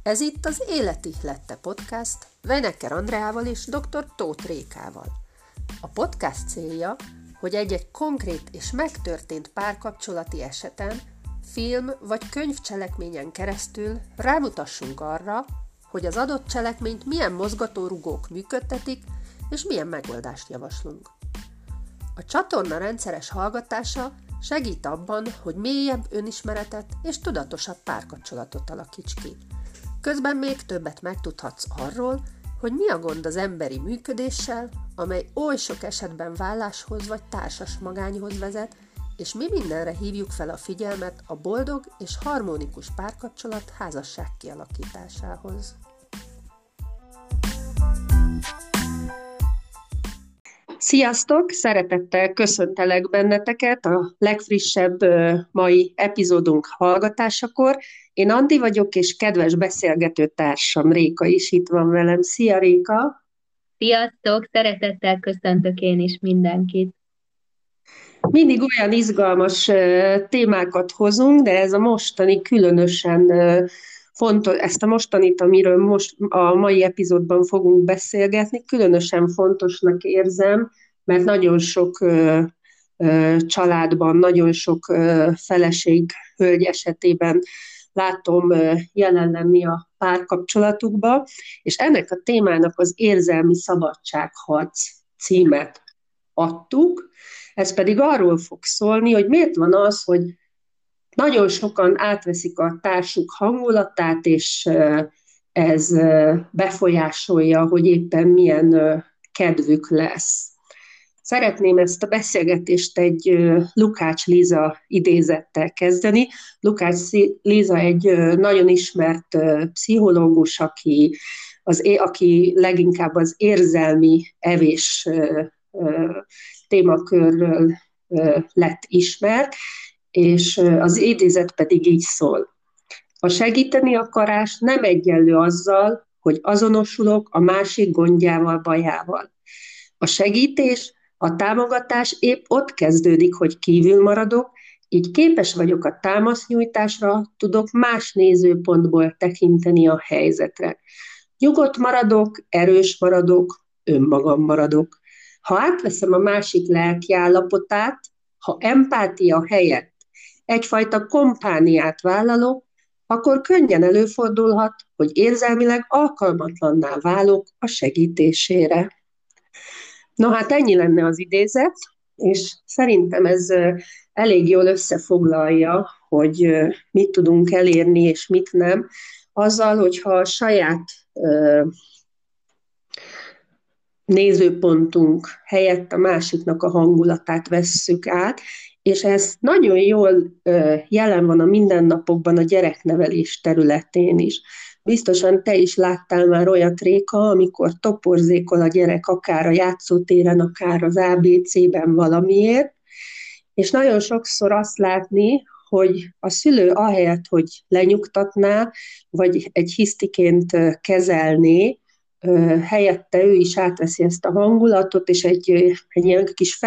Ez itt az Élet Ihlette podcast Weinecker Andreával és dr. Tóth Rékával. A podcast célja, hogy egy-egy konkrét és megtörtént párkapcsolati eseten, film vagy könyvcselekményen keresztül rámutassunk arra, hogy az adott cselekményt milyen mozgatórugók működtetik, és milyen megoldást javaslunk. A csatorna rendszeres hallgatása segít abban, hogy mélyebb önismeretet és tudatosabb párkapcsolatot alakíts ki. Közben még többet megtudhatsz arról, hogy mi a gond az emberi működéssel, amely oly sok esetben válláshoz vagy társas magányhoz vezet, és mi mindenre hívjuk fel a figyelmet a boldog és harmonikus párkapcsolat házasság kialakításához. Sziasztok! Szeretettel köszöntelek benneteket a legfrissebb mai epizódunk hallgatásakor. Én Andi vagyok, és kedves beszélgető társam Réka is itt van velem. Szia, Réka! Sziasztok! Szeretettel köszöntök én is mindenkit. Mindig olyan izgalmas témákat hozunk, de ez a mostani különösen fontos, ezt a mostanit, amiről most a mai epizódban fogunk beszélgetni, különösen fontosnak érzem, mert nagyon sok családban, nagyon sok feleség, hölgy esetében látom jelen lenni a párkapcsolatukba, és ennek a témának az érzelmi szabadságharc címet adtuk. Ez pedig arról fog szólni, hogy miért van az, hogy nagyon sokan átveszik a társuk hangulatát, és ez befolyásolja, hogy éppen milyen kedvük lesz. Szeretném ezt a beszélgetést egy Lukács Liza idézettel kezdeni. Lukács Liza egy nagyon ismert pszichológus, aki leginkább az érzelmi evés témakörről lett ismert, és az idézet pedig így szól. A segíteni akarás nem egyenlő azzal, hogy azonosulok a másik gondjával, bajával. A segítés, a támogatás épp ott kezdődik, hogy kívül maradok, így képes vagyok a támasznyújtásra, tudok más nézőpontból tekinteni a helyzetre. Nyugodt maradok, erős maradok, önmagam maradok. Ha átveszem a másik lelki állapotát, ha empátia helyett egyfajta kompániát vállalok, akkor könnyen előfordulhat, hogy érzelmileg alkalmatlanná válok a segítésére. No hát ennyi lenne az idézet, és szerintem ez elég jól összefoglalja, hogy mit tudunk elérni és mit nem, azzal, hogyha a saját nézőpontunk helyett a másiknak a hangulatát vesszük át, és ez nagyon jól jelen van a mindennapokban a gyereknevelés területén is. Biztosan te is láttál már olyat, Réka, amikor toporzékol a gyerek akár a játszótéren, akár az ABC-ben valamiért, és nagyon sokszor azt látni, hogy a szülő ahelyett, hogy lenyugtatná, vagy egy hisztiként kezelné, helyette ő is átveszi ezt a hangulatot, és egy ilyen kis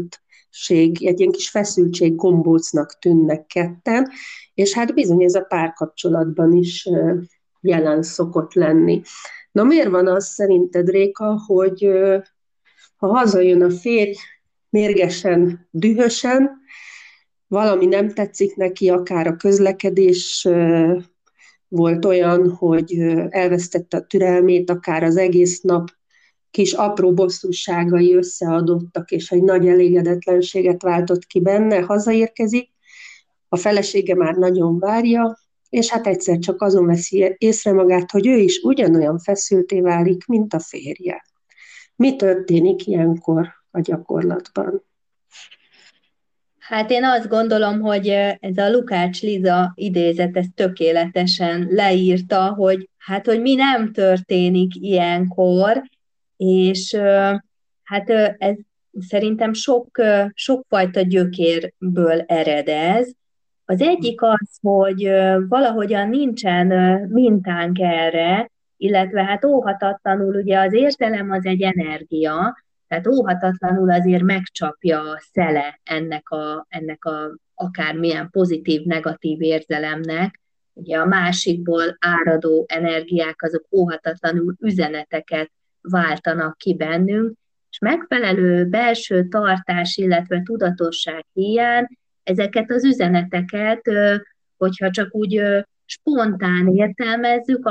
feszültség gombócnak tűnnek ketten, és hát bizony ez a párkapcsolatban is jelen szokott lenni. Na miért van az szerinted, Réka, hogy ha hazajön a férj mérgesen, dühösen, valami nem tetszik neki, akár a közlekedés volt olyan, hogy elvesztette a türelmét, akár az egész nap kis apró bosszúságai összeadottak, és egy nagy elégedetlenséget váltott ki benne, hazaérkezik, a felesége már nagyon várja, és hát egyszer csak azon veszi észre magát, hogy ő is ugyanolyan feszülté válik, mint a férje. Mi történik ilyenkor a gyakorlatban? Hát én azt gondolom, hogy ez a Lukács Liza idézet, ez tökéletesen leírta, hogy mi nem történik ilyenkor, és hát ez szerintem sokfajta gyökérből eredez. Az egyik az, hogy valahogyan nincsen mintánk erre, illetve hát óhatatlanul ugye az érzelem az egy energia, tehát óhatatlanul azért megcsapja a szele ennek a akármilyen pozitív, negatív érzelemnek ugye a másikból áradó energiák azok óhatatlanul üzeneteket váltanak ki bennünk, és megfelelő belső tartás, illetve tudatosság hiány ezeket az üzeneteket, hogyha csak úgy spontán értelmezzük,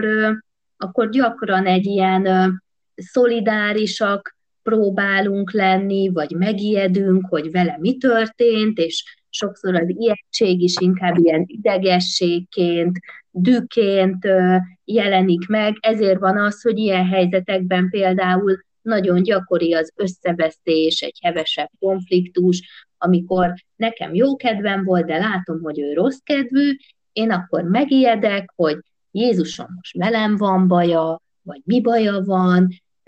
akkor gyakran egy ilyen szolidárisak próbálunk lenni, vagy megijedünk, hogy vele mi történt, és sokszor az ijegység is inkább ilyen idegességként, dühként jelenik meg. Ezért van az, hogy ilyen helyzetekben például nagyon gyakori az összevesztés, egy hevesebb konfliktus, amikor nekem jó kedvem volt, de látom, hogy ő rossz kedvű, én akkor megijedek, hogy Jézusom, most velem van baja, vagy mi baja van,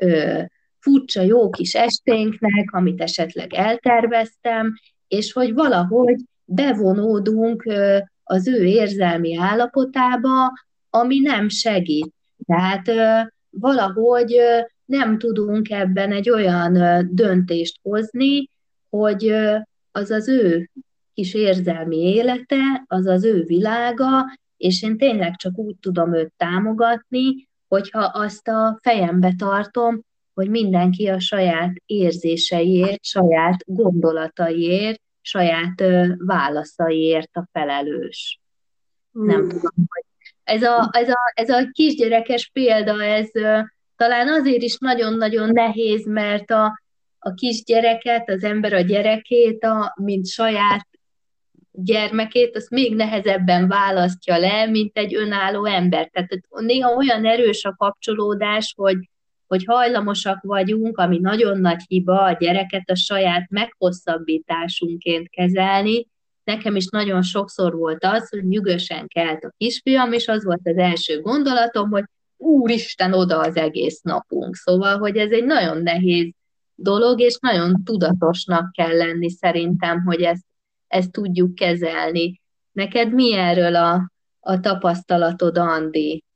furcsa jó kis esténknek, amit esetleg elterveztem, és hogy valahogy bevonódunk az ő érzelmi állapotába, ami nem segít. Tehát valahogy nem tudunk ebben egy olyan döntést hozni, hogy az az ő kis érzelmi élete, az az ő világa, és én tényleg csak úgy tudom őt támogatni, hogyha azt a fejembe tartom, hogy mindenki a saját érzéseiért, saját gondolataiért, saját válaszaiért a felelős. Nem tudom, hogy ez a kisgyerekes példa, ez talán azért is nagyon-nagyon nehéz, mert a kisgyereket, az ember a gyerekét, mint saját gyermekét, azt még nehezebben választja le, mint egy önálló ember. Tehát néha olyan erős a kapcsolódás, hogy hajlamosak vagyunk, ami nagyon nagy hiba, a gyereket a saját meghosszabbításunként kezelni. Nekem is nagyon sokszor volt az, hogy nyűgösen kelt a kisfiam, és az volt az első gondolatom, hogy úristen, oda az egész napunk. Szóval, hogy ez egy nagyon nehéz dolog, és nagyon tudatosnak kell lenni szerintem, hogy ezt tudjuk kezelni. Neked mi erről a tapasztalatod, Andi?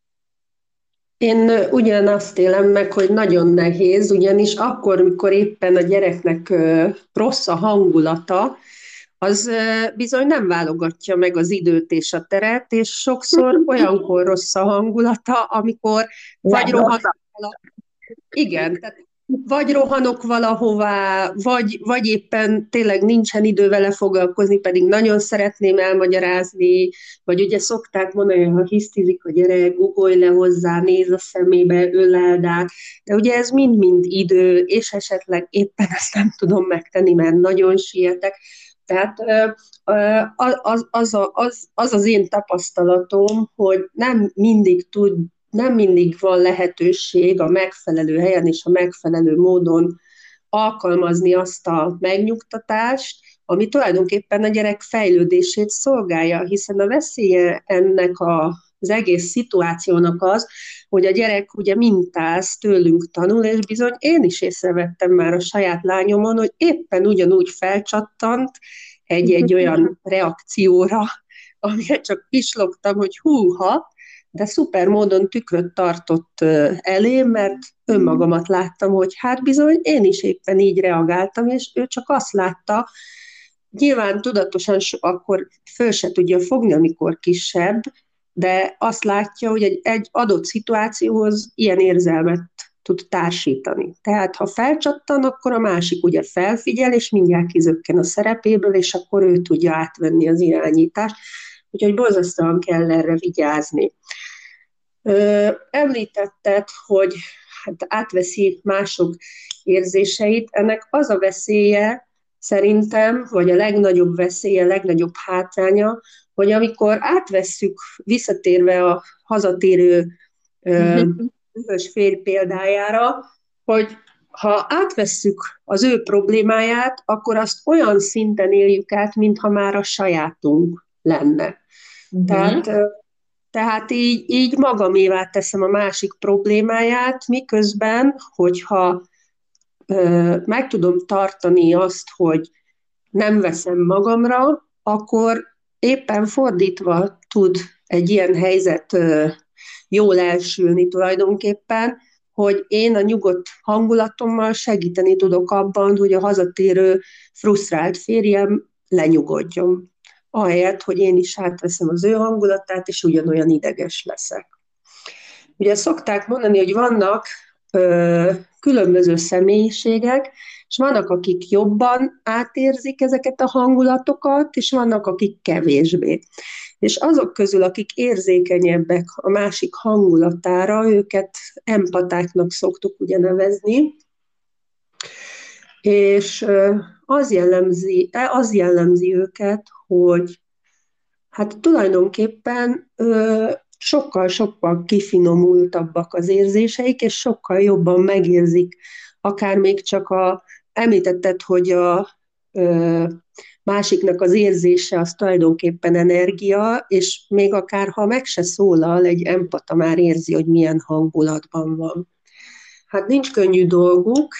Én ugyanazt élem meg, hogy nagyon nehéz, ugyanis akkor, mikor éppen a gyereknek rossz a hangulata, az bizony nem válogatja meg az időt és a teret, és sokszor olyankor rossz a hangulata, amikor vagy rohanok, igen, tehát vagy rohanok valahová, vagy éppen tényleg nincsen idő vele foglalkozni, pedig nagyon szeretném elmagyarázni, vagy ugye szokták mondani, hogy ha hisztizik a gyerek, guggolj le hozzá, nézz a szemébe, öleld át, de ugye ez mind-mind idő, és esetleg éppen ezt nem tudom megtenni, mert nagyon sietek. Tehát az én tapasztalatom, hogy nem mindig van lehetőség a megfelelő helyen és a megfelelő módon alkalmazni azt a megnyugtatást, ami tulajdonképpen a gyerek fejlődését szolgálja, hiszen a veszélye ennek az egész szituációnak az, hogy a gyerek ugye mintáz, tőlünk tanul, és bizony én is észrevettem már a saját lányomon, hogy éppen ugyanúgy felcsattant egy olyan reakcióra, amire csak pislogtam, hogy húha, de szuper módon tükröt tartott elém, mert önmagamat láttam, hogy hát bizony én is éppen így reagáltam, és ő csak azt látta, nyilván tudatosan akkor föl se tudja fogni, amikor kisebb, de azt látja, hogy egy adott szituációhoz ilyen érzelmet tud társítani. Tehát ha felcsattan, akkor a másik ugye felfigyel, és mindjárt kizökken a szerepéből, és akkor ő tudja átvenni az irányítást. Úgyhogy borzasztóan kell erre vigyázni. Említetted, hogy hát átveszi mások érzéseit. Ennek az a veszélye szerintem, vagy a legnagyobb veszélye, a legnagyobb hátránya, hogy amikor átvesszük, visszatérve a hazatérő dühös férj példájára, hogy ha átvesszük az ő problémáját, akkor azt olyan szinten éljük át, mintha már a sajátunk lenne. Tehát így magamévá teszem a másik problémáját, miközben, hogyha meg tudom tartani azt, hogy nem veszem magamra, akkor éppen fordítva tud egy ilyen helyzet jól elsülni tulajdonképpen, hogy én a nyugodt hangulatommal segíteni tudok abban, hogy a hazatérő frusztrált férjem lenyugodjon. ahelyett, hogy én is átveszem az ő hangulatát, és ugyanolyan ideges leszek. Ugye szokták mondani, hogy vannak különböző személyiségek, és vannak, akik jobban átérzik ezeket a hangulatokat, és vannak, akik kevésbé. És azok közül, akik érzékenyebbek a másik hangulatára, őket empatáknak szoktuk ugye nevezni, és az jellemzi őket, hogy hát tulajdonképpen sokkal-sokkal kifinomultabbak az érzéseik, és sokkal jobban megérzik, akár még csak említetted, hogy a másiknak az érzése az tulajdonképpen energia, és még akár ha meg se szólal, egy empata már érzi, hogy milyen hangulatban van. Hát nincs könnyű dolguk,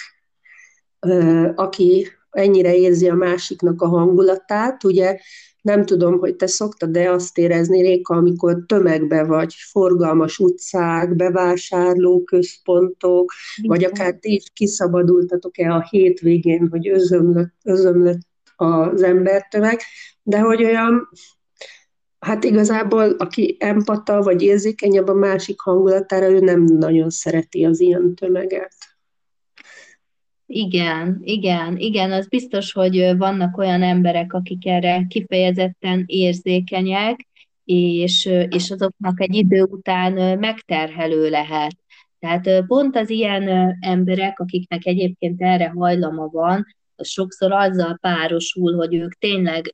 aki ennyire érzi a másiknak a hangulatát. Ugye nem tudom, hogy te szoktad-e azt érezni, Réka, amikor tömegbe vagy, forgalmas utcák, bevásárlóközpontok, vagy akár ti is kiszabadultatok-e a hétvégén, hogy özömlött az embertömeg, de hogy olyan, hát igazából aki empata vagy érzékenyebb a másik hangulatára, ő nem nagyon szereti az ilyen tömeget. Igen, igen, igen, az biztos, hogy vannak olyan emberek, akik erre kifejezetten érzékenyek, és azoknak egy idő után megterhelő lehet. Tehát pont az ilyen emberek, akiknek egyébként erre hajlama van, az sokszor azzal párosul, hogy ők tényleg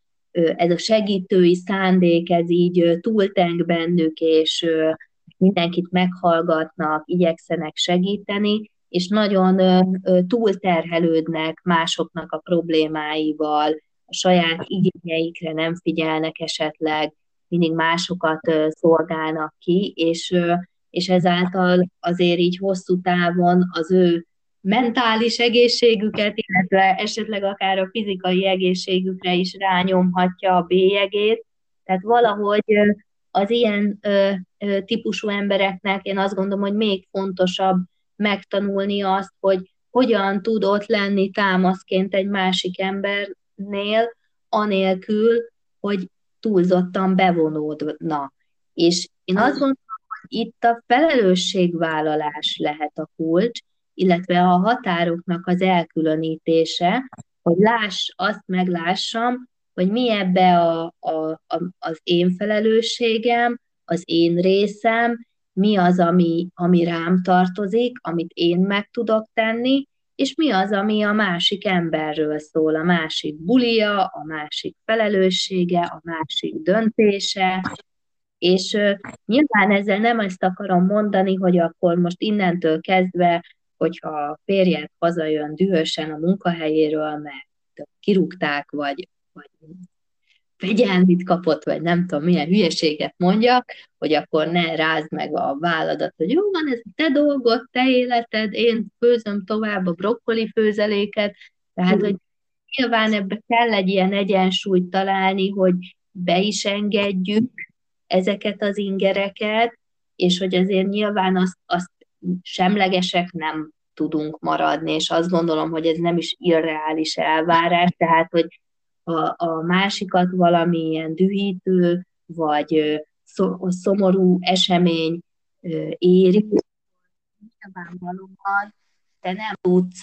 ez a segítői szándék, ez így túlteng bennük, és mindenkit meghallgatnak, igyekszenek segíteni, és nagyon túlterhelődnek másoknak a problémáival, a saját igényeikre nem figyelnek esetleg, mindig másokat szolgálnak ki, és ezáltal azért így hosszú távon az ő mentális egészségüket, illetve esetleg akár a fizikai egészségükre is rányomhatja a bélyegét. Tehát valahogy az ilyen típusú embereknek én azt gondolom, hogy még fontosabb megtanulni azt, hogy hogyan tud ott lenni támaszként egy másik embernél, anélkül, hogy túlzottan bevonódna. És én azt gondolom, hogy itt a felelősségvállalás lehet a kulcs, illetve a határoknak az elkülönítése, hogy azt meglássam, hogy mi ebbe az én felelősségem, az én részem, mi az, ami rám tartozik, amit én meg tudok tenni, és mi az, ami a másik emberről szól, a másik bulia, a másik felelőssége, a másik döntése, és nyilván ezzel nem ezt akarom mondani, hogy akkor most innentől kezdve, hogyha a férjed hazajön dühösen a munkahelyéről, mert kirúgták, vagy fegyelmit kapott, vagy nem tudom, milyen hülyeséget mondjak, hogy akkor ne rázd meg a válladat, hogy jó van, ez a te dolgod, te életed, én főzöm tovább a brokkoli főzeléket, tehát, hogy nyilván ebbe kell egy ilyen egyensúlyt találni, hogy be is engedjük ezeket az ingereket, és hogy azért nyilván azt semlegesek nem tudunk maradni, és azt gondolom, hogy ez nem is irreális elvárás, tehát, hogy a másikat valamilyen dühítő, vagy szomorú esemény éri, nyilvánvalóan te nem tudsz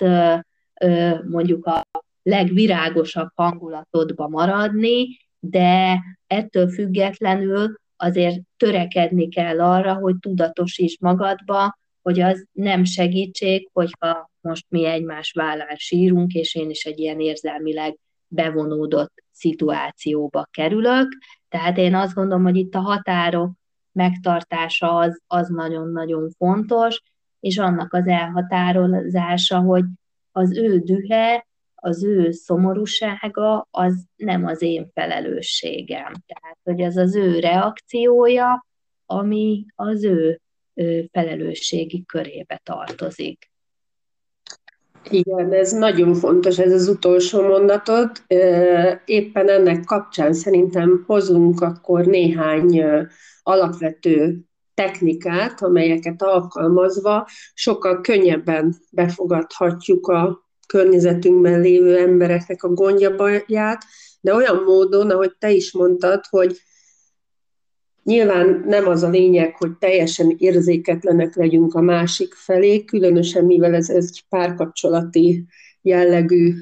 mondjuk a legvirágosabb hangulatodba maradni, de ettől függetlenül azért törekedni kell arra, hogy tudatosíts magadba, hogy az nem segítség, hogyha most mi egymás vállán sírunk, és én is egy ilyen érzelmileg bevonódott szituációba kerülök. Tehát én azt gondolom, hogy itt a határok megtartása az nagyon-nagyon fontos, és annak az elhatározása, hogy az ő dühe, az ő szomorúsága, az nem az én felelősségem. Tehát, hogy az az ő reakciója, ami az ő felelősségi körébe tartozik. Igen, ez nagyon fontos, ez az utolsó mondatod. Éppen ennek kapcsán szerintem hozunk akkor néhány alapvető technikát, amelyeket alkalmazva sokkal könnyebben befogadhatjuk a környezetünkben lévő embereknek a gondját, de olyan módon, ahogy te is mondtad, hogy nyilván nem az a lényeg, hogy teljesen érzéketlenek legyünk a másik felé, különösen mivel ez egy párkapcsolati jellegű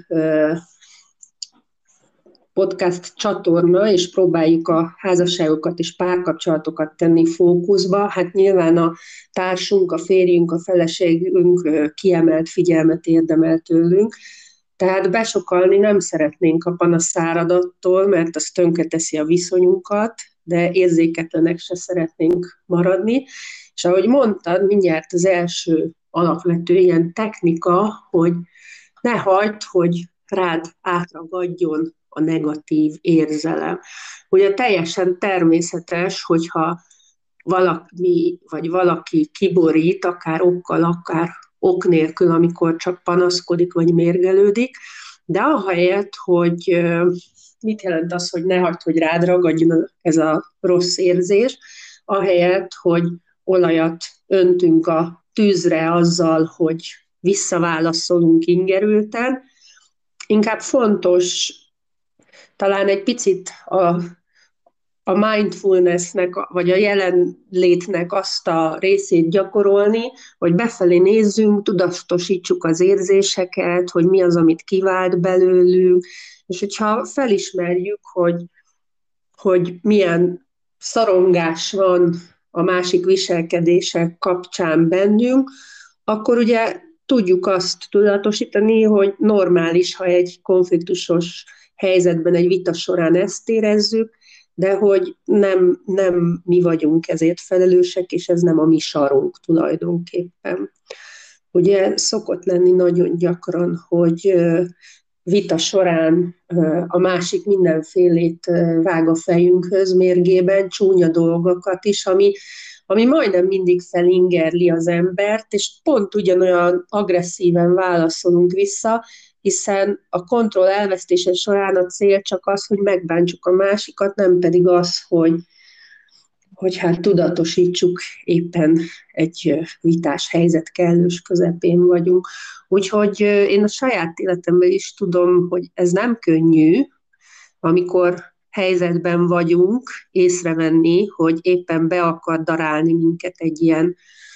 podcast csatorna, és próbáljuk a házasságokat és párkapcsolatokat tenni fókuszba. Hát nyilván a társunk, a férjünk, a feleségünk kiemelt figyelmet érdemel tőlünk, tehát besokalni nem szeretnénk a panaszáradattól, mert az tönkreteszi a viszonyunkat, de érzéketlenek se szeretnénk maradni. És ahogy mondtad, mindjárt az első alapvető ilyen technika, hogy ne hagyd, hogy rád átragadjon a negatív érzelem. Ugye teljesen természetes, hogyha valaki vagy valaki kiborít, akár okkal, akár ok nélkül, amikor csak panaszkodik vagy mérgelődik, de ahelyett, hogy mit jelent az, hogy ne hagyd, hogy rád ragadjon ez a rossz érzés, ahelyett, hogy olajat öntünk a tűzre azzal, hogy visszaválaszolunk ingerülten, inkább fontos talán egy picit a mindfulnessnek, vagy a jelenlétnek azt a részét gyakorolni, hogy befelé nézzünk, tudatosítsuk az érzéseket, hogy mi az, amit kivált belőlünk, és hogyha felismerjük, hogy milyen szorongás van a másik viselkedések kapcsán bennünk, akkor ugye tudjuk azt tudatosítani, hogy normális, ha egy konfliktusos helyzetben, egy vita során ezt érezzük, de hogy nem mi vagyunk ezért felelősek, és ez nem a mi sarunk tulajdonképpen. Ugye szokott lenni nagyon gyakran, hogy vita során a másik mindenfélét vág a fejünkhöz mérgében, csúnya dolgokat is, ami majdnem mindig felingerli az embert, és pont ugyanolyan agresszíven válaszolunk vissza, hiszen a kontroll elvesztése során a cél csak az, hogy megbántsuk a másikat, nem pedig az, hogy hát tudatosítsuk, éppen egy vitás helyzet kellős közepén vagyunk. Úgyhogy én a saját életemben is tudom, hogy ez nem könnyű, amikor helyzetben vagyunk, észrevenni, hogy éppen be akar darálni minket egy ilyen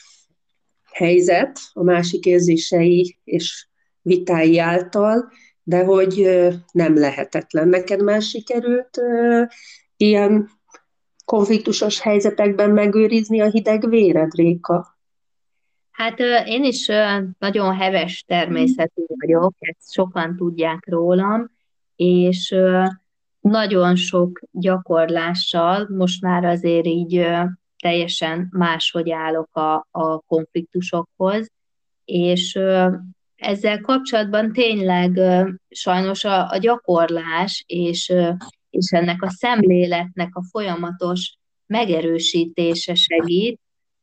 helyzet a másik érzései és vitái által, de hogy nem lehetetlen. Neked már sikerült ilyen konfliktusos helyzetekben megőrizni a hideg véred, Réka? Hát én is nagyon heves természetű vagyok, ezt sokan tudják rólam, és nagyon sok gyakorlással most már azért így teljesen máshogy állok a konfliktusokhoz, és ezzel kapcsolatban tényleg sajnos a gyakorlás és ennek a szemléletnek a folyamatos megerősítése segít,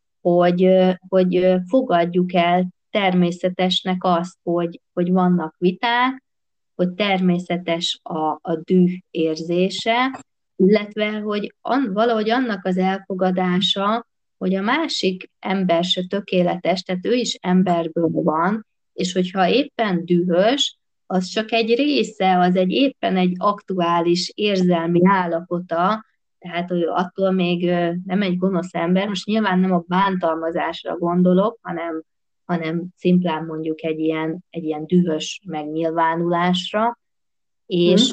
hogy fogadjuk el természetesnek azt, hogy vannak viták, hogy természetes a düh érzése, illetve hogy valahogy annak az elfogadása, hogy a másik ember se tökéletes, tehát ő is emberből van, és hogyha éppen dühös, az csak egy része, az éppen egy aktuális érzelmi állapota, tehát ő attól még nem egy gonosz ember, most nyilván nem a bántalmazásra gondolok, hanem szimplán mondjuk egy ilyen dühös megnyilvánulásra, és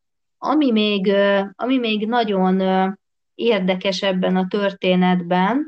ami még nagyon érdekes ebben a történetben,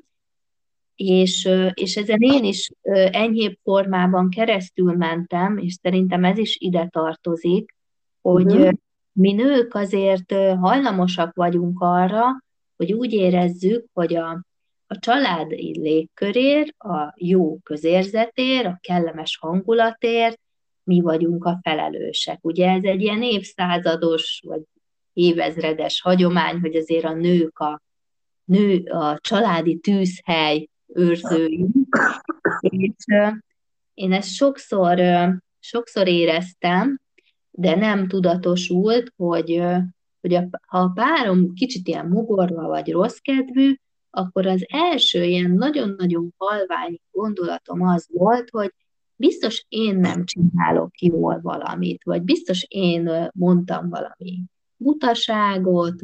és ezen én is enyhébb formában keresztül mentem, és szerintem ez is ide tartozik, hogy mi nők azért hajlamosak vagyunk arra, hogy úgy érezzük, hogy a család légkörér, a jó közérzetért, a kellemes hangulatért mi vagyunk a felelősek. Ugye ez egy ilyen évszázados vagy évezredes hagyomány, hogy azért a nő a családi tűzhely őrzői, és én ezt sokszor éreztem, de nem tudatosult, hogy ha a párom kicsit ilyen mogorva vagy rossz kedvű, akkor az első ilyen nagyon-nagyon halvány gondolatom az volt, hogy biztos én nem csinálok jól valamit, vagy biztos én mondtam valami butaságot,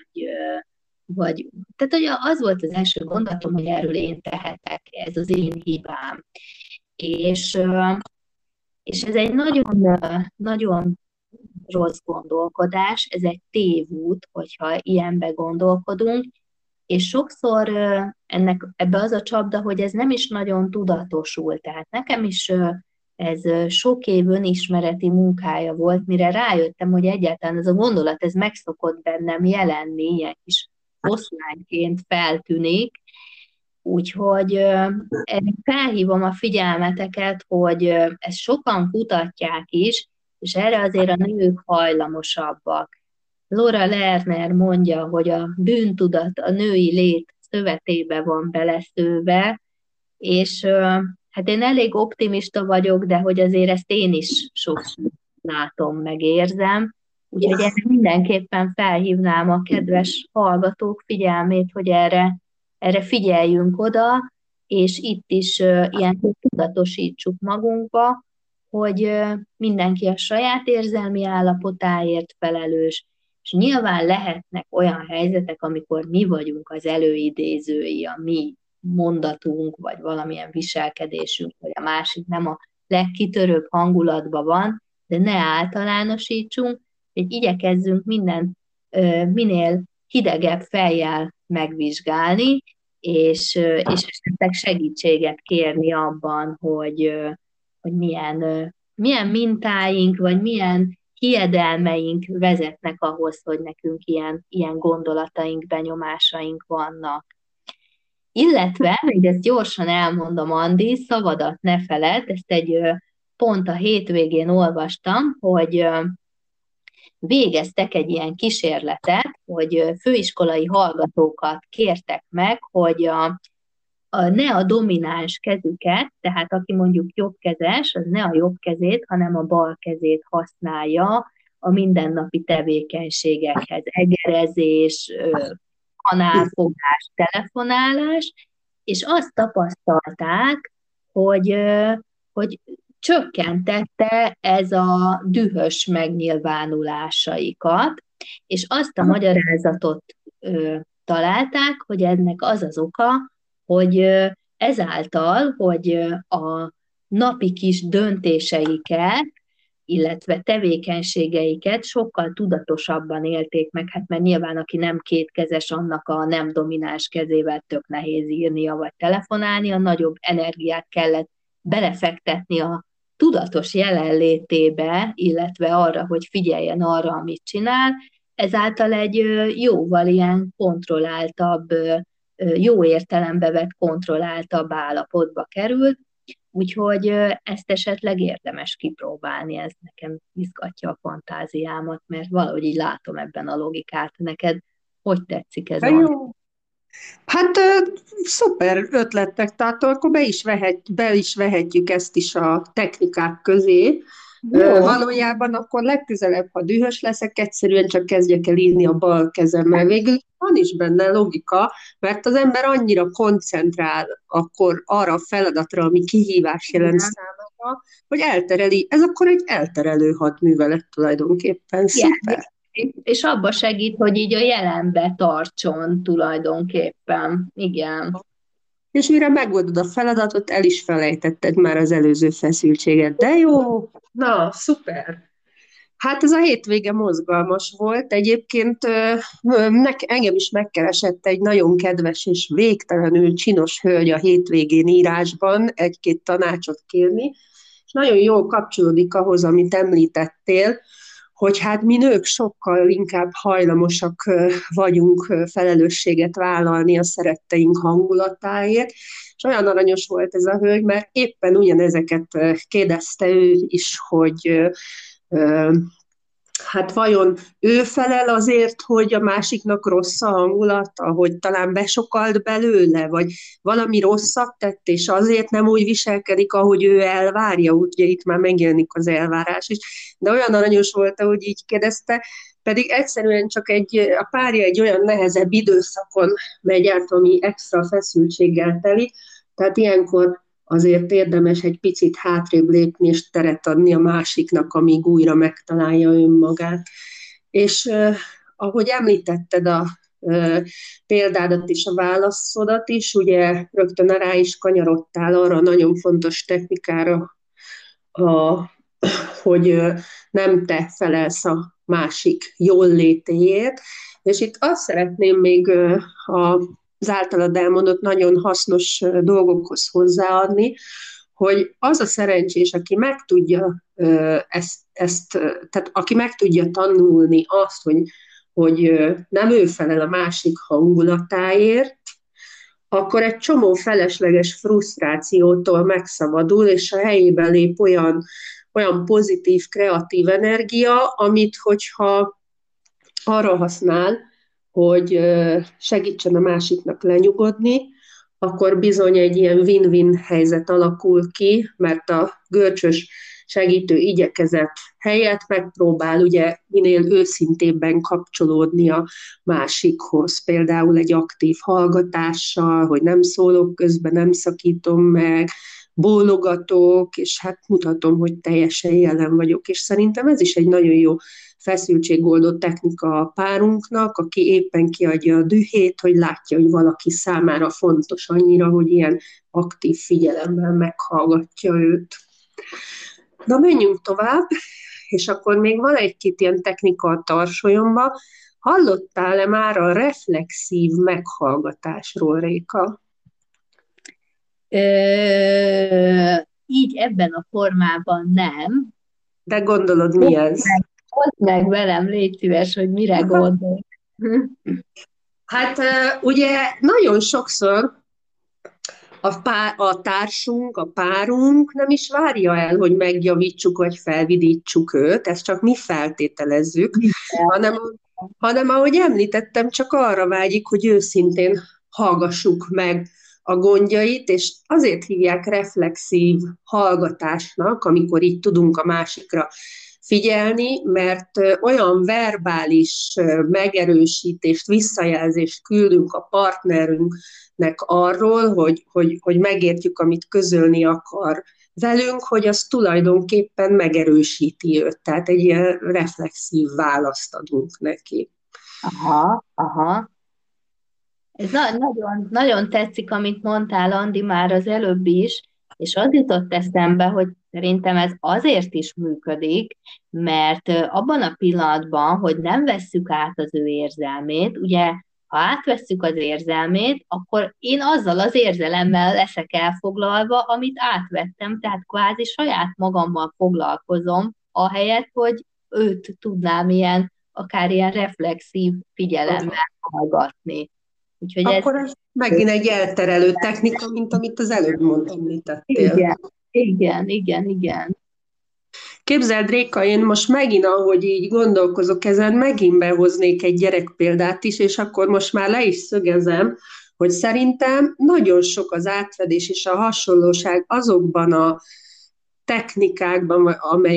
vagy tehát hogy az volt az első gondolatom, hogy erről én tehetek, ez az én hibám. És, és ez egy nagyon, nagyon rossz gondolkodás, ez egy tévút, hogyha ilyenbe gondolkodunk, és sokszor ebbe az a csapda, hogy ez nem is nagyon tudatosul. Tehát nekem is ez sok év önismereti munkája volt, mire rájöttem, hogy egyáltalán ez a gondolat, ez meg szokott bennem jelenni, ilyen kis oszlányként feltűnik, úgyhogy felhívom a figyelmeteket, hogy ezt sokan kutatják is, és erre azért a nők hajlamosabbak. Laura Lerner mondja, hogy a bűntudat a női lét szövetébe van beleszőve, és hát én elég optimista vagyok, de hogy azért ezt én is sokszor látom, meg érzem. Úgyhogy erre mindenképpen felhívnám a kedves hallgatók figyelmét, hogy erre figyeljünk oda, és itt is ilyen tudatosítsuk magunkba, hogy mindenki a saját érzelmi állapotáért felelős, és nyilván lehetnek olyan helyzetek, amikor mi vagyunk az előidézői, a mi mondatunk, vagy valamilyen viselkedésünk, vagy a másik nem a legkitörőbb hangulatban van, de ne általánosítsunk, hogy igyekezzünk mindent minél hidegebb fejjel megvizsgálni, és esetleg segítséget kérni abban, hogy milyen mintáink, vagy milyen hiedelmeink vezetnek ahhoz, hogy nekünk ilyen gondolataink, benyomásaink vannak. Illetve, még ezt gyorsan elmondom, Andi, szavadat ne feledd, ezt pont a hétvégén olvastam, hogy végeztek egy ilyen kísérletet, hogy főiskolai hallgatókat kértek meg, hogy ne a domináns kezüket, tehát aki mondjuk jobbkezes, az ne a jobb kezét, hanem a bal kezét használja a mindennapi tevékenységekhez. Egerezés, kanálfogás, telefonálás, és azt tapasztalták, hogy csökkentette ez a dühös megnyilvánulásaikat, és azt a magyarázatot találták, hogy ennek az az oka, hogy ezáltal, hogy a napi kis döntéseiket, illetve tevékenységeiket sokkal tudatosabban élték meg, hát mert nyilván aki nem kétkezes, annak a nem domináns kezével tök nehéz írnia vagy telefonálnia, nagyobb energiát kellett belefektetni a tudatos jelenlétébe, illetve arra, hogy figyeljen arra, amit csinál, ezáltal egy jóval ilyen kontrolláltabb, jó értelembe vett kontrolláltabb állapotba került, úgyhogy ezt esetleg érdemes kipróbálni, ez nekem izgatja a fantáziámat, mert valahogy így látom ebben a logikát. Neked hogy tetszik ez a... Jó. Hát szuper ötletek, tehát akkor be is vehetjük ezt is a technikák közé. Jó. Valójában akkor legközelebb, ha dühös leszek, egyszerűen csak kezdjek el írni a bal kezemmel. Végül van is benne logika, mert az ember annyira koncentrál akkor arra a feladatra, ami kihívás jelent számára, hogy eltereli. Ez akkor egy elterelő hadművelet tulajdonképpen. Szuper. És abba segít, hogy így a jelenbe tartson tulajdonképpen. Igen. És mire megoldod a feladatot, el is felejtetted már az előző feszültséget. De jó! Na, szuper! Hát ez a hétvége mozgalmas volt. Egyébként engem is megkeresett egy nagyon kedves és végtelenül csinos hölgy a hétvégén írásban egy-két tanácsot kérni, és nagyon jól kapcsolódik ahhoz, amit említettél, hogy hát mi nők sokkal inkább hajlamosak vagyunk felelősséget vállalni a szeretteink hangulatáért, és olyan aranyos volt ez a hölgy, mert éppen ugyanezeket kérdezte ő is, hogy hát vajon ő felel azért, hogy a másiknak rossz a hangulata, hogy talán besokalt belőle, vagy valami rosszat tett, és azért nem úgy viselkedik, ahogy ő elvárja, ugye itt már megjelenik az elvárás is, de olyan aranyos volt, ahogy így kérdezte, pedig egyszerűen csak a párja egy olyan nehezebb időszakon megy át, ami extra feszültséggel teli, tehát ilyenkor azért érdemes egy picit hátrébb lépni és teret adni a másiknak, amíg újra megtalálja önmagát. És ahogy említetted a példádat és a válaszodat is, ugye rögtön rá is kanyarodtál arra a nagyon fontos technikára, a, hogy nem te felelsz a másik jól létéért. És itt azt szeretném még az általad elmondott nagyon hasznos dolgokhoz hozzáadni, hogy az a szerencsés, aki meg tudja tehát aki meg tudja tanulni azt, hogy nem ő felel a másik hangulatáért, akkor egy csomó felesleges frusztrációtól megszabadul, és a helyébe lép olyan pozitív, kreatív energia, amit hogyha arra használ, hogy segítsen a másiknak lenyugodni, akkor bizony egy ilyen win-win helyzet alakul ki, mert a görcsös segítő igyekezet helyett megpróbál ugye minél őszintébben kapcsolódni a másikhoz, például egy aktív hallgatással, hogy nem szólok közben, nem szakítom meg, bólogatok, és hát mutatom, hogy teljesen jelen vagyok, és szerintem ez is egy nagyon jó feszültségoldó technika a párunknak, aki éppen kiadja a dühét, hogy látja, hogy valaki számára fontos annyira, hogy ilyen aktív figyelemmel meghallgatja őt. Na, menjünk tovább, és akkor még van egy-két ilyen technika a tarsolyomban. Hallottál-e már a reflexív meghallgatásról, Réka? Így ebben a formában nem. De gondolod, mi ez? Mondd meg velem, légy szíves, hogy mire gondolsz. Hát ugye nagyon sokszor a társunk, a párunk nem is várja el, hogy megjavítsuk vagy felvidítsuk őt, ezt csak mi feltételezzük, hanem ahogy említettem, csak arra vágyik, hogy őszintén hallgassuk meg a gondjait, és azért hívják reflexív hallgatásnak, amikor így tudunk a másikra figyelni, mert olyan verbális megerősítést, visszajelzést küldünk a partnerünknek arról, hogy megértjük, amit közölni akar velünk, hogy az tulajdonképpen megerősíti őt. Tehát egy ilyen reflexív választ adunk neki. Aha. Ez nagyon, nagyon tetszik, amit mondtál, Andi, már az előbb is, és az jutott eszembe, hogy szerintem ez azért is működik, mert abban a pillanatban, hogy nem vesszük át az ő érzelmét, ugye, ha átvesszük az érzelmét, akkor én azzal az érzelemmel leszek elfoglalva, amit átvettem, tehát kvázi saját magammal foglalkozom, ahelyett, hogy őt tudnám akár ilyen reflexív figyelemmel hallgatni. Úgyhogy akkor ez megint egy elterelő technika, mint amit az előbb említettél. Igen. Képzeld, Réka, én most megint, ahogy így gondolkozok ezen, megint behoznék egy gyerekpéldát is, és akkor most már le is szögezem, hogy szerintem nagyon sok az átfedés és a hasonlóság azokban a technikákban,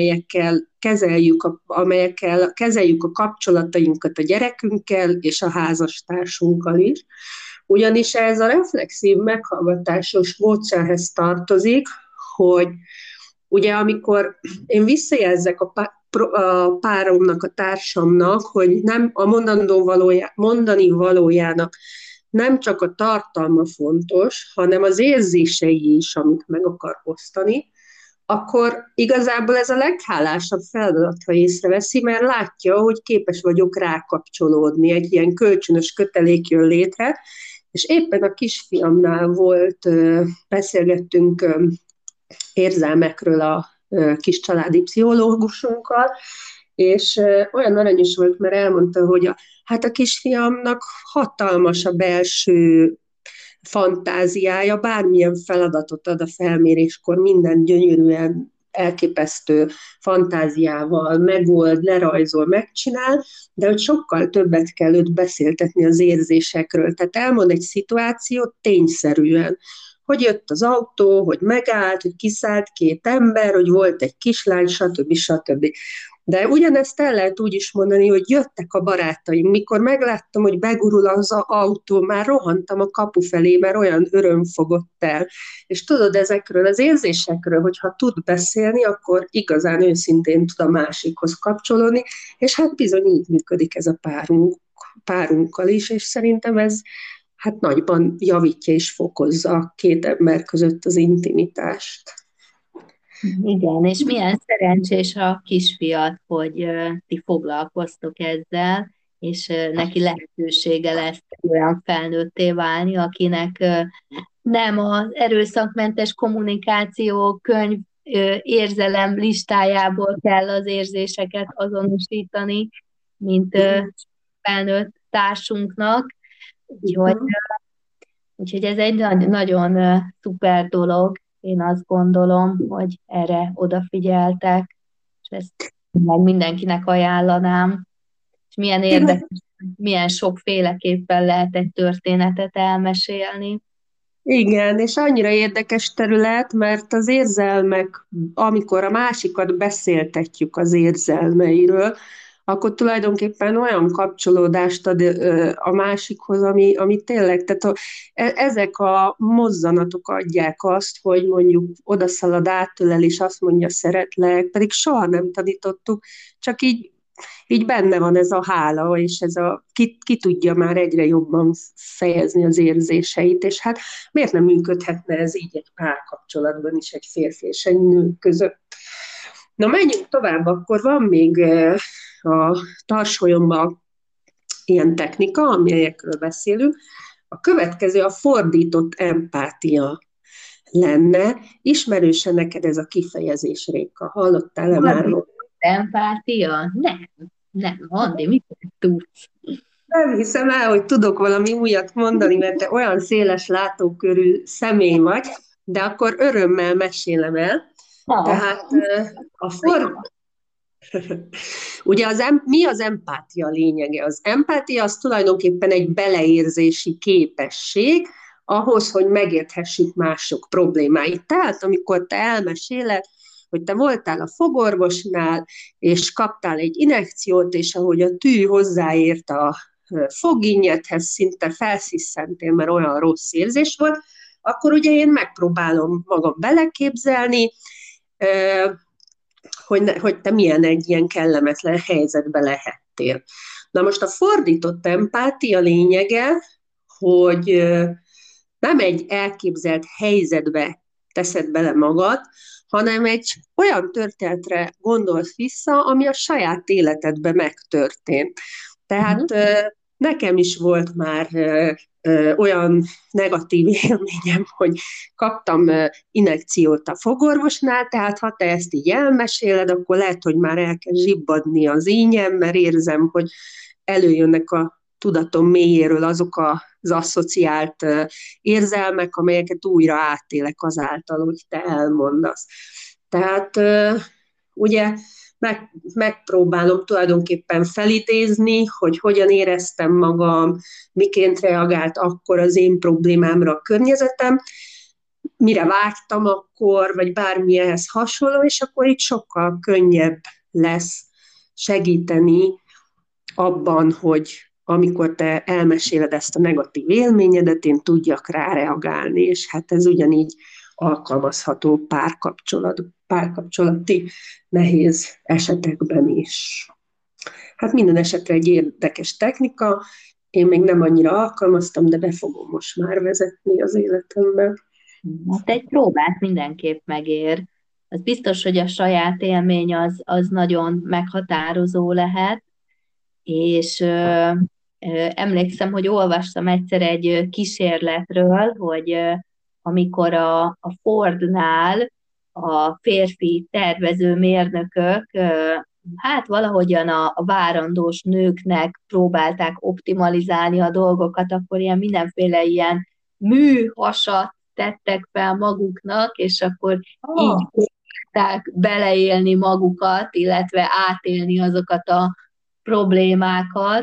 amelyekkel kezeljük a kapcsolatainkat a gyerekünkkel és a házastársunkkal is. Ugyanis ez a reflexív meghallgatásos módszerhez tartozik, hogy ugye amikor én visszajelzek a páromnak, a társamnak, hogy nem a mondani valójának nem csak a tartalma fontos, hanem az érzései is, amit meg akar osztani, akkor igazából ez a leghálásabb feladat, ha észreveszi, mert látja, hogy képes vagyok rákapcsolódni, egy ilyen kölcsönös kötelék jön létre, és éppen a kisfiamnál beszélgettünk érzelmekről a kis családi pszichológusunkkal, és olyan aranyos volt, mert elmondta, hogy a kisfiamnak hatalmas a belső fantáziája, bármilyen feladatot ad a felméréskor, minden gyönyörűen elképesztő fantáziával megold, lerajzol, megcsinál, de hogy sokkal többet kell őt beszéltetni az érzésekről. Tehát elmond egy szituációt tényszerűen, hogy jött az autó, hogy megállt, hogy kiszállt két ember, hogy volt egy kislány, stb. De ugyanezt el lehet úgy is mondani, hogy jöttek a barátaim. Mikor megláttam, hogy begurul az autó, már rohantam a kapu felé, mert olyan öröm fogott el. És tudod, ezekről az érzésekről, hogyha tud beszélni, akkor igazán őszintén tud a másikhoz kapcsolódni, és hát bizony így működik ez a párunkkal is, és szerintem ez hát nagyban javítja és fokozza a két ember között az intimitást. Igen, és milyen szerencsés a kisfiat, hogy ti foglalkoztok ezzel, és neki lehetősége lesz olyan felnőtté válni, akinek nem az erőszakmentes kommunikáció könyv érzelem listájából kell az érzéseket azonosítani, mint felnőtt társunknak. Úgyhogy, úgyhogy ez egy nagyon szuper dolog. Én azt gondolom, hogy erre odafigyeltek, és ezt meg mindenkinek ajánlanám. És milyen érdekes, milyen sokféleképpen lehet egy történetet elmesélni. Igen, és annyira érdekes terület, mert az érzelmek, amikor a másikat beszéltetjük az érzelmeiről, akkor tulajdonképpen olyan kapcsolódást ad a másikhoz, ami tényleg, tehát ezek a mozzanatok adják azt, hogy mondjuk odaszalad, átölel, és azt mondja, szeretlek, pedig soha nem tanítottuk, csak így benne van ez a hála, és ez ki tudja már egyre jobban fejezni az érzéseit, és hát miért nem működhetne ez így egy párkapcsolatban is, egy férfi és egy nő között. Na, menjünk tovább, akkor van még a tarsolyomban ilyen technika, amelyekről beszélünk. A következő a fordított empátia lenne. Ismerőse neked ez a kifejezés, Réka? Hallottál-e már? Empátia? Nem, Andi, mit tudsz? Nem hiszem el, hogy tudok valami újat mondani, mert te olyan széles látókörű személy vagy, de akkor örömmel mesélem el. Tehát a ugye mi az empátia lényege? Az empátia az tulajdonképpen egy beleérzési képesség, ahhoz, hogy megérthessük mások problémáit. Tehát, amikor te elmeséled, hogy te voltál a fogorvosnál, és kaptál egy injekciót, és ahogy a tű hozzáért a fogínnyedhez, szinte felszisszentél, mert olyan rossz érzés volt, akkor ugye én megpróbálom magam beleképzelni, hogy te milyen egy ilyen kellemetlen helyzetbe lehettél. Na most a fordított empátia lényege, hogy nem egy elképzelt helyzetbe teszed bele magad, hanem egy olyan történetre gondolsz vissza, ami a saját életedben megtörtént. Tehát nekem is volt már olyan negatív élményem, hogy kaptam injekciót a fogorvosnál, tehát ha te ezt így elmeséled, akkor lehet, hogy már elkezd zsibbadni az ínyem, mert érzem, hogy előjönnek a tudatom mélyéről azok az asszociált érzelmek, amelyeket újra átélek azáltal, hogy te elmondasz. Tehát ugye megpróbálom tulajdonképpen felidézni, hogy hogyan éreztem magam, miként reagált akkor az én problémámra a környezetem, mire vágytam akkor, vagy bármi ehhez hasonló, és akkor itt sokkal könnyebb lesz segíteni abban, hogy amikor te elmeséled ezt a negatív élményedet, én tudjak rá reagálni, és hát ez ugyanígy alkalmazható párkapcsolati nehéz esetekben is. Hát minden esetre egy érdekes technika, én még nem annyira alkalmaztam, de be fogom most már vezetni az életemben. Hát egy próbát mindenképp megér. Az biztos, hogy a saját élmény az nagyon meghatározó lehet, és emlékszem, hogy olvastam egyszer egy kísérletről, hogy amikor a Fordnál a férfi tervező mérnökök hát valahogyan a várandós nőknek próbálták optimalizálni a dolgokat, akkor ilyen mindenféle ilyen műhasat tettek fel maguknak, és akkor így próbálták beleélni magukat, illetve átélni azokat a problémákat,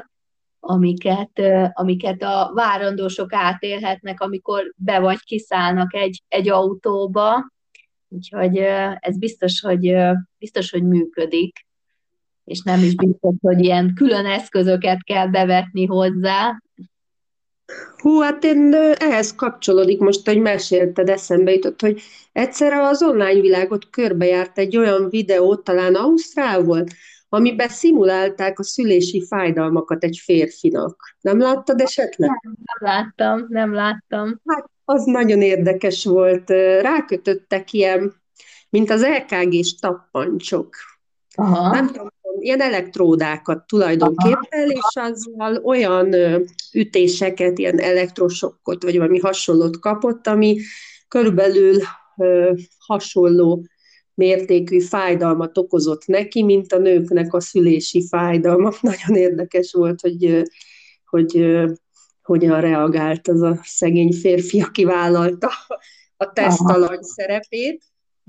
amiket a várandósok átélhetnek, amikor be vagy kiszállnak egy autóba. Úgyhogy ez biztos, hogy működik. és nem is biztos, hogy ilyen külön eszközöket kell bevetni hozzá. Hú, hát én ehhez kapcsolódik most, hogy mesélted, eszembe jutott, hogy egyszer az online világot körbejárt egy olyan videó, talán Ausztrál volt, amiben szimulálták a szülési fájdalmakat egy férfinak. Nem láttad esetleg? Nem láttam, nem láttam. Hát az nagyon érdekes volt. Rákötöttek ilyen, mint az EKG-s tappancsok. Nem Aha, tudom, ilyen elektródákat aha. tulajdonképpen, és azzal olyan ütéseket, ilyen elektrosokkot, vagy valami hasonlót kapott, ami körülbelül hasonló mértékű fájdalmat okozott neki, mint a nőknek a szülési fájdalma. Nagyon érdekes volt, hogy hogyan reagált az a szegény férfi, aki vállalta a Aha. tesztalany szerepét.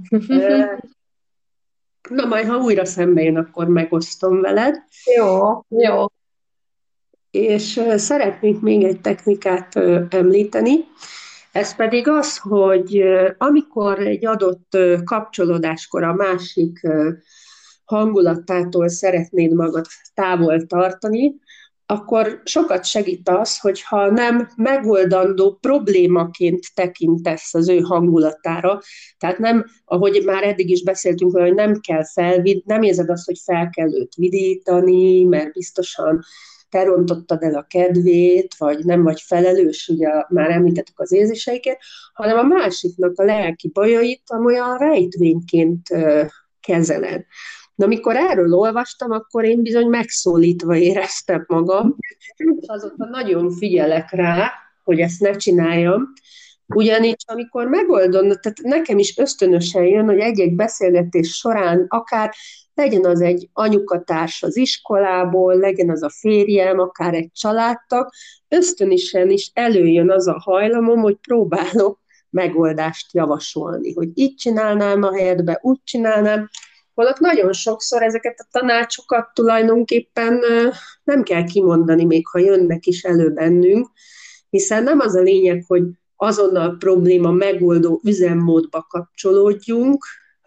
Na majd, ha újra szembe jön, akkor megosztom veled. Jó, jó. És szeretnék még egy technikát említeni, ez pedig az, hogy amikor egy adott kapcsolódáskor a másik hangulatától szeretnéd magad távol tartani, akkor sokat segít az, hogyha nem megoldandó problémaként tekintesz az ő hangulatára, tehát nem, ahogy már eddig is beszéltünk, hogy nem kell nem érzed azt, hogy fel kell őt vidítani, mert biztosan te rontottad el a kedvét, vagy nem vagy felelős, ugye már említettük az érzéseiket, hanem a másiknak a lelki bajait olyan rejtvényként kezeled. De amikor erről olvastam, akkor én bizony megszólítva éreztem magam, és azóta nagyon figyelek rá, hogy ezt ne csináljam, ugyanis amikor megoldom, tehát nekem is ösztönösen jön, hogy egy-egy beszélgetés során akár legyen az egy anyukatárs az iskolából, legyen az a férjem, akár egy családtag, ösztönösen is előjön az a hajlamom, hogy próbálok megoldást javasolni, hogy így csinálnám a helyetbe, úgy csinálnám, holott nagyon sokszor ezeket a tanácsokat tulajdonképpen nem kell kimondani, még ha jönnek is elő bennünk, hiszen nem az a lényeg, hogy azonnal probléma megoldó üzemmódba kapcsolódjunk,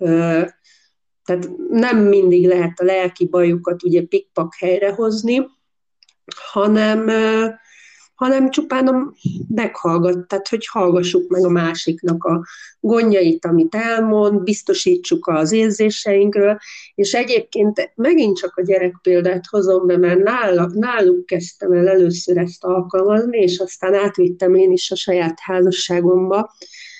tehát nem mindig lehet a lelki bajukat ugye pikpak helyrehozni, hanem, hanem csupán meghallgat, tehát hogy hallgassuk meg a másiknak a gondjait, amit elmond, biztosítsuk az érzéseinkről, és egyébként megint csak a gyerek példát hozom be, mert náluk kezdtem el először ezt alkalmazni, és aztán átvittem én is a saját házasságomba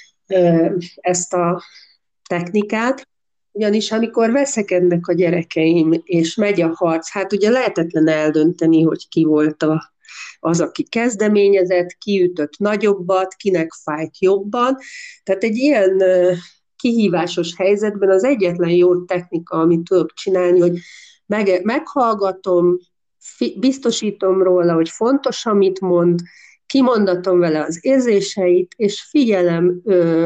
ezt a technikát, ugyanis amikor veszekednek a gyerekeim, és megy a harc, hát ugye lehetetlen eldönteni, hogy ki volt az, aki kezdeményezett, ki ütött nagyobbat, kinek fájt jobban. Tehát egy ilyen kihívásos helyzetben az egyetlen jó technika, amit tudok csinálni, hogy meghallgatom, biztosítom róla, hogy fontos, amit mond, kimondatom vele az érzéseit, és figyelem,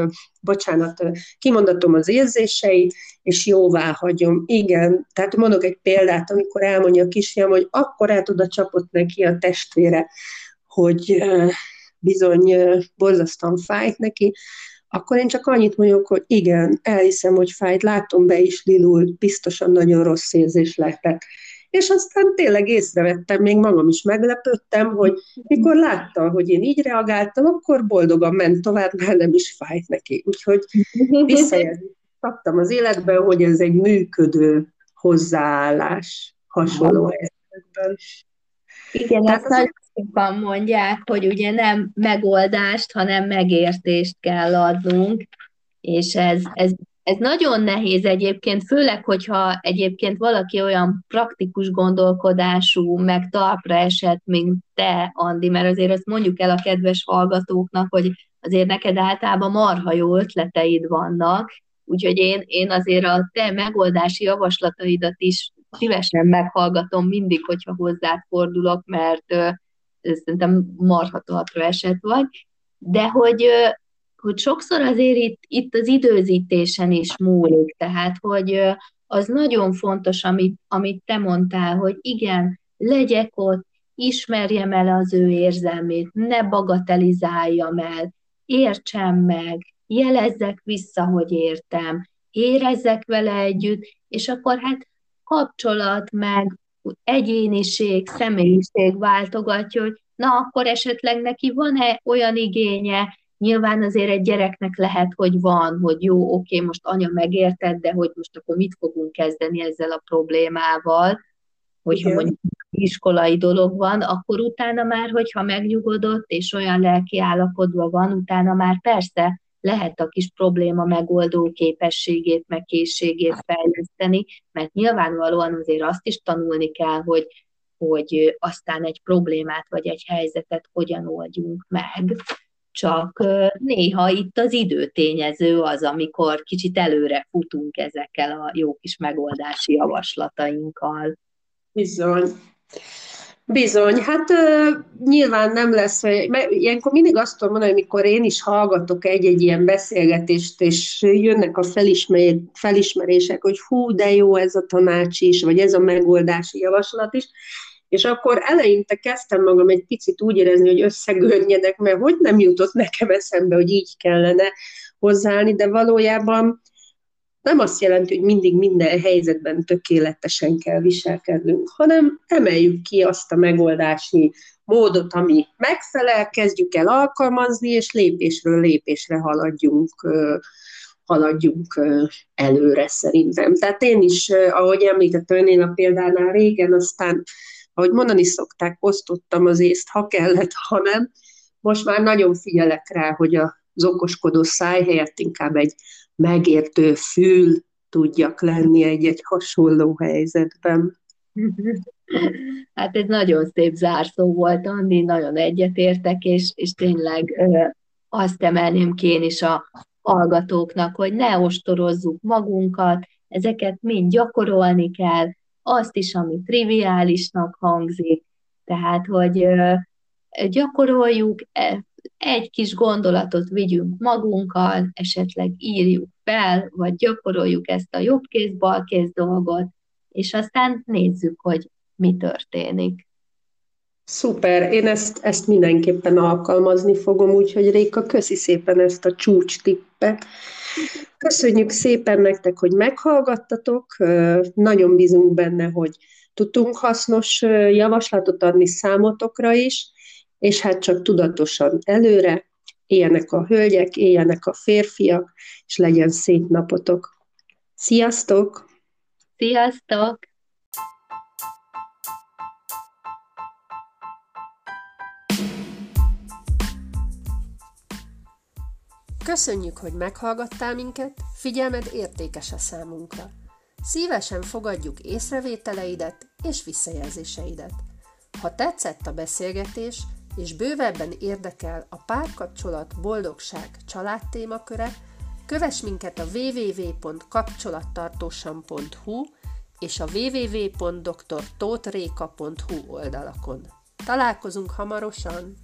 kimondatom az érzéseit, és jóvá hagyom. Igen, tehát mondok egy példát, amikor elmondja a kisfiam, hogy akkor át oda csapott neki a testvére, hogy bizony borzasztóan fájt neki, akkor én csak annyit mondjuk, hogy igen, elhiszem, hogy fájt, látom be is lilult, biztosan nagyon rossz érzés lehetett. És aztán tényleg észrevettem, még magam is meglepődtem, hogy mikor látta, hogy én így reagáltam, akkor boldogan ment tovább, mert nem is fájt neki. Úgyhogy visszajelzni kaptam az életben, hogy ez egy működő hozzáállás hasonló helyzetben. Igen, Tehát ezt az nagyon sokan mondják, hogy ugye nem megoldást, hanem megértést kell adnunk, és ez nagyon nehéz egyébként, főleg, hogyha egyébként valaki olyan praktikus gondolkodású, meg talpra esett, mint te, Andi, mert azért azt mondjuk el a kedves hallgatóknak, hogy azért neked általában marha jó ötleteid vannak, úgyhogy én azért a te megoldási javaslataidat is szívesen meghallgatom mindig, hogyha hozzád fordulok, mert szerintem marha talpra esett vagy, de hogy sokszor azért itt az időzítésen is múlik, tehát hogy az nagyon fontos, amit te mondtál, hogy igen, legyek ott, ismerjem el az ő érzelmét, ne bagatelizáljam el, értsem meg, jelezzek vissza, hogy értem, érezzek vele együtt, és akkor hát kapcsolat, meg egyéniség, személyiség váltogatja, hogy na, akkor esetleg neki van-e olyan igénye, nyilván azért egy gyereknek lehet, hogy van, hogy jó, oké, most anya megérted, de hogy most akkor mit fogunk kezdeni ezzel a problémával, hogyha Igen. mondjuk iskolai dolog van, akkor utána már, hogyha megnyugodott, és olyan lelki állapotban van, utána már persze lehet a kis probléma megoldó képességét, meg készségét fejleszteni, mert nyilvánvalóan azért azt is tanulni kell, hogy aztán egy problémát vagy egy helyzetet hogyan oldjunk meg. Csak néha itt az időtényező az, amikor kicsit előre futunk ezekkel a jó kis megoldási javaslatainkkal. Bizony. Bizony, hát nyilván nem lesz, mert ilyenkor mindig azt tudom mondani, amikor én is hallgatok egy-egy ilyen beszélgetést, és jönnek a felismerések, hogy hú, de jó ez a tanács is, vagy ez a megoldási javaslat is, és akkor eleinte kezdtem magam egy picit úgy érezni, hogy összegörnyedek, mert hogy nem jutott nekem eszembe, hogy így kellene hozzáállni, de valójában nem azt jelenti, hogy mindig minden helyzetben tökéletesen kell viselkednünk, hanem emeljük ki azt a megoldási módot, ami megfelel, kezdjük el alkalmazni, és lépésről lépésre haladjunk előre szerintem. Tehát én is, ahogy említettem én a példánál régen, aztán, ahogy mondani szokták, osztottam az észt, ha kellett, ha nem. Most már nagyon figyelek rá, hogy az okoskodó száj helyett inkább egy megértő fül tudjak lenni egy-egy hasonló helyzetben. Hát ez nagyon szép zárszó volt, Andi, nagyon egyetértek, és tényleg azt emelném ki én is a hallgatóknak, hogy ne ostorozzuk magunkat, ezeket mind gyakorolni kell, azt is, ami triviálisnak hangzik, tehát, hogy gyakoroljuk, egy kis gondolatot vigyünk magunkkal, esetleg írjuk fel, vagy gyakoroljuk ezt a jobbkéz-balkéz dolgot, és aztán nézzük, hogy mi történik. Szuper, én ezt mindenképpen alkalmazni fogom, úgyhogy Réka, köszi szépen ezt a csúcs tippet. Köszönjük szépen nektek, hogy meghallgattatok, nagyon bízunk benne, hogy tudtunk hasznos javaslatot adni számotokra is, és hát csak tudatosan előre, éljenek a hölgyek, éljenek a férfiak, és legyen szép napotok. Sziasztok! Sziasztok! Köszönjük, hogy meghallgattál minket, figyelmed értékes a számunkra. Szívesen fogadjuk észrevételeidet és visszajelzéseidet. Ha tetszett a beszélgetés, és bővebben érdekel a párkapcsolat, boldogság, család témaköre, kövess minket a www.kapcsolattartósan.hu és a www.drtótréka.hu oldalakon. Találkozunk hamarosan!